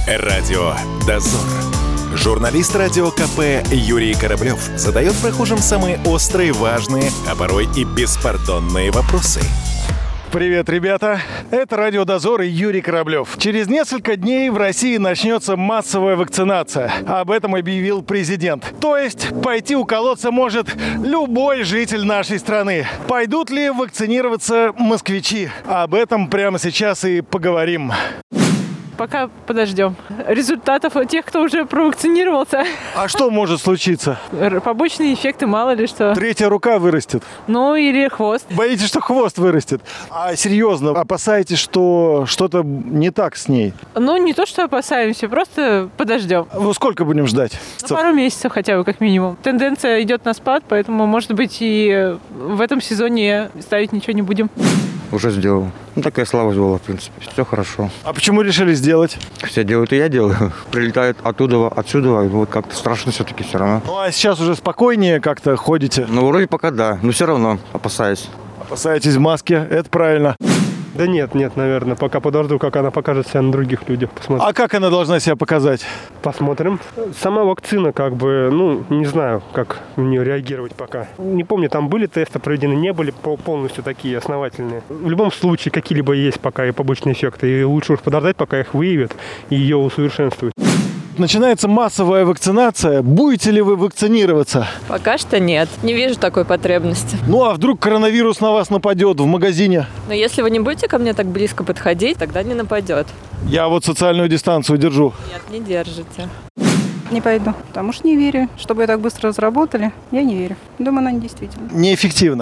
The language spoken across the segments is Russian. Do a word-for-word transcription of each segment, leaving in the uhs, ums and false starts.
Радио «Дозор». Журналист радио КП Юрий Кораблев задает прохожим самые острые, важные, а порой и беспардонные вопросы. Привет, ребята! Это Радио Дозор и Юрий Кораблев. Через несколько дней в России начнется массовая вакцинация. Об этом объявил президент. То есть пойти уколоться может любой житель нашей страны. Пойдут ли вакцинироваться москвичи? Об этом прямо сейчас и поговорим. Пока подождем результатов у тех, кто уже провакцинировался. А что может случиться? Побочные эффекты, мало ли что. Третья рука вырастет. Ну, или хвост. Боитесь, что хвост вырастет? А серьезно, опасаетесь, что что-то не так с ней? Ну, не то, что опасаемся, просто подождем. Ну, сколько будем ждать? Ну, пару месяцев хотя бы, как минимум. Тенденция идет на спад, поэтому, может быть, и в этом сезоне ставить ничего не будем. Уже сделал. Ну, такая слава была, в принципе. Все хорошо. А почему решили сделать? Все делают, и я делаю. Прилетают оттуда, отсюда, и вот как-то страшно все-таки все равно. Ну, а сейчас уже спокойнее как-то ходите? Ну, вроде пока да, но все равно опасаюсь. Опасаетесь в маске, это правильно. Да нет, нет, наверное. Пока подожду, как она покажет себя на других людях. Посмотрим. А как она должна себя показать? Посмотрим. Сама вакцина, как бы, ну, не знаю, как в нее реагировать пока. Не помню, там были тесты проведены, не были полностью такие основательные. В любом случае, какие-либо есть пока и побочные эффекты. И лучше уж подождать, пока их выявят и ее усовершенствуют. Начинается массовая вакцинация. Будете ли вы вакцинироваться? Пока что нет. Не вижу такой потребности. Ну а вдруг коронавирус на вас нападет в магазине? Но если вы не будете ко мне так близко подходить, тогда не нападет. Я вот социальную дистанцию держу. Нет, не держите. Не пойду, потому что не верю. Чтобы ее так быстро разработали, я не верю. Думаю, она не действительно. Неэффективно.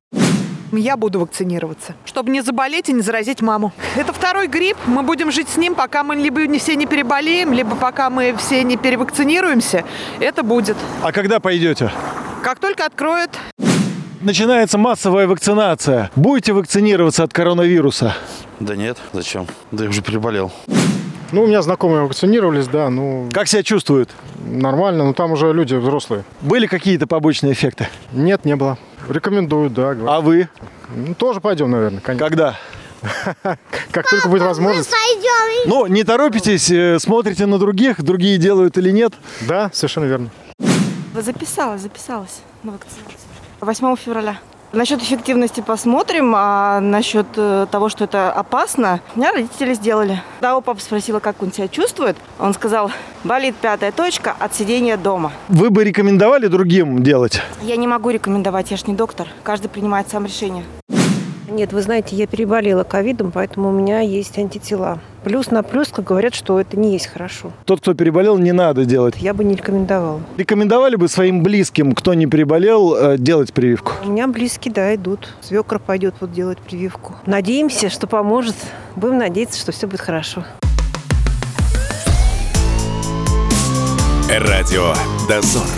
Я буду вакцинироваться, чтобы не заболеть и не заразить маму. Это второй грипп. Мы будем жить с ним, пока мы либо не все не переболеем, либо пока мы все не перевакцинируемся. Это будет. А когда пойдете? Как только откроют. Начинается массовая вакцинация. Будете вакцинироваться от коронавируса? Да нет, зачем? Да я уже переболел. Ну, у меня знакомые вакцинировались, да, ну... Как себя чувствуют? Нормально, но там уже люди взрослые. Были какие-то побочные эффекты? Нет, не было. Рекомендую, да. А вы? Ну, тоже пойдем, наверное, конечно. Когда? Как только будет возможность. Ну, не торопитесь, смотрите на других, другие делают или нет? Да, совершенно верно. Записалась, записалась на вакцинацию. восьмого февраля. Насчет эффективности посмотрим, а насчет того, что это опасно, меня родители сделали. Да, у папы спросила, как он себя чувствует. Он сказал, болит пятая точка от сидения дома. Вы бы рекомендовали другим делать? Я не могу рекомендовать, я ж не доктор. Каждый принимает сам решение. Нет, вы знаете, я переболела ковидом, поэтому у меня есть антитела. Плюс на плюс, как говорят, что это не есть хорошо. Тот, кто переболел, не надо делать. Я бы не рекомендовала. Рекомендовали бы своим близким, кто не переболел, делать прививку? У меня близкие, да, идут. Свекр пойдет вот делать прививку. Надеемся, что поможет. Будем надеяться, что все будет хорошо. Радио «Дозор».